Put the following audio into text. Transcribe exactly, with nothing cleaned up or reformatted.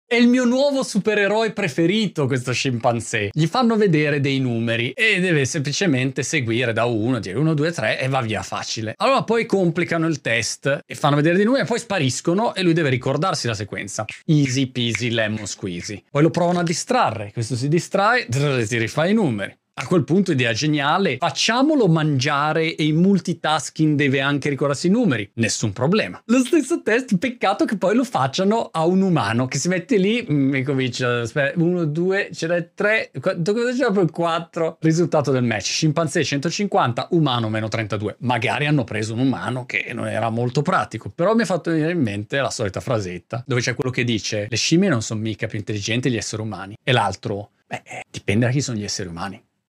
È il mio nuovo supereroe preferito, questo scimpanzé. Gli fanno vedere dei numeri e deve semplicemente seguire da uno, dire uno, due, tre e va via facile. Allora poi complicano il test e fanno vedere dei numeri e poi spariscono e lui deve ricordarsi la sequenza. Easy peasy lemon squeezy. Poi lo provano a distrarre, questo si distrae, si rifà i numeri. A quel punto, idea geniale, facciamolo mangiare e in multitasking deve anche ricordarsi i numeri. Nessun problema. Lo stesso test, peccato che poi lo facciano a un umano che si mette lì e comincia, aspetta, uno, due, c'era tre, c'era poi quattro. Risultato del match, scimpanzé centocinquanta, umano meno trentadue. Magari hanno preso un umano che non era molto pratico, però mi ha fatto venire in mente la solita frasetta, dove c'è quello che dice le scimmie non sono mica più intelligenti degli esseri umani. E l'altro, beh, dipende da chi sono gli esseri umani.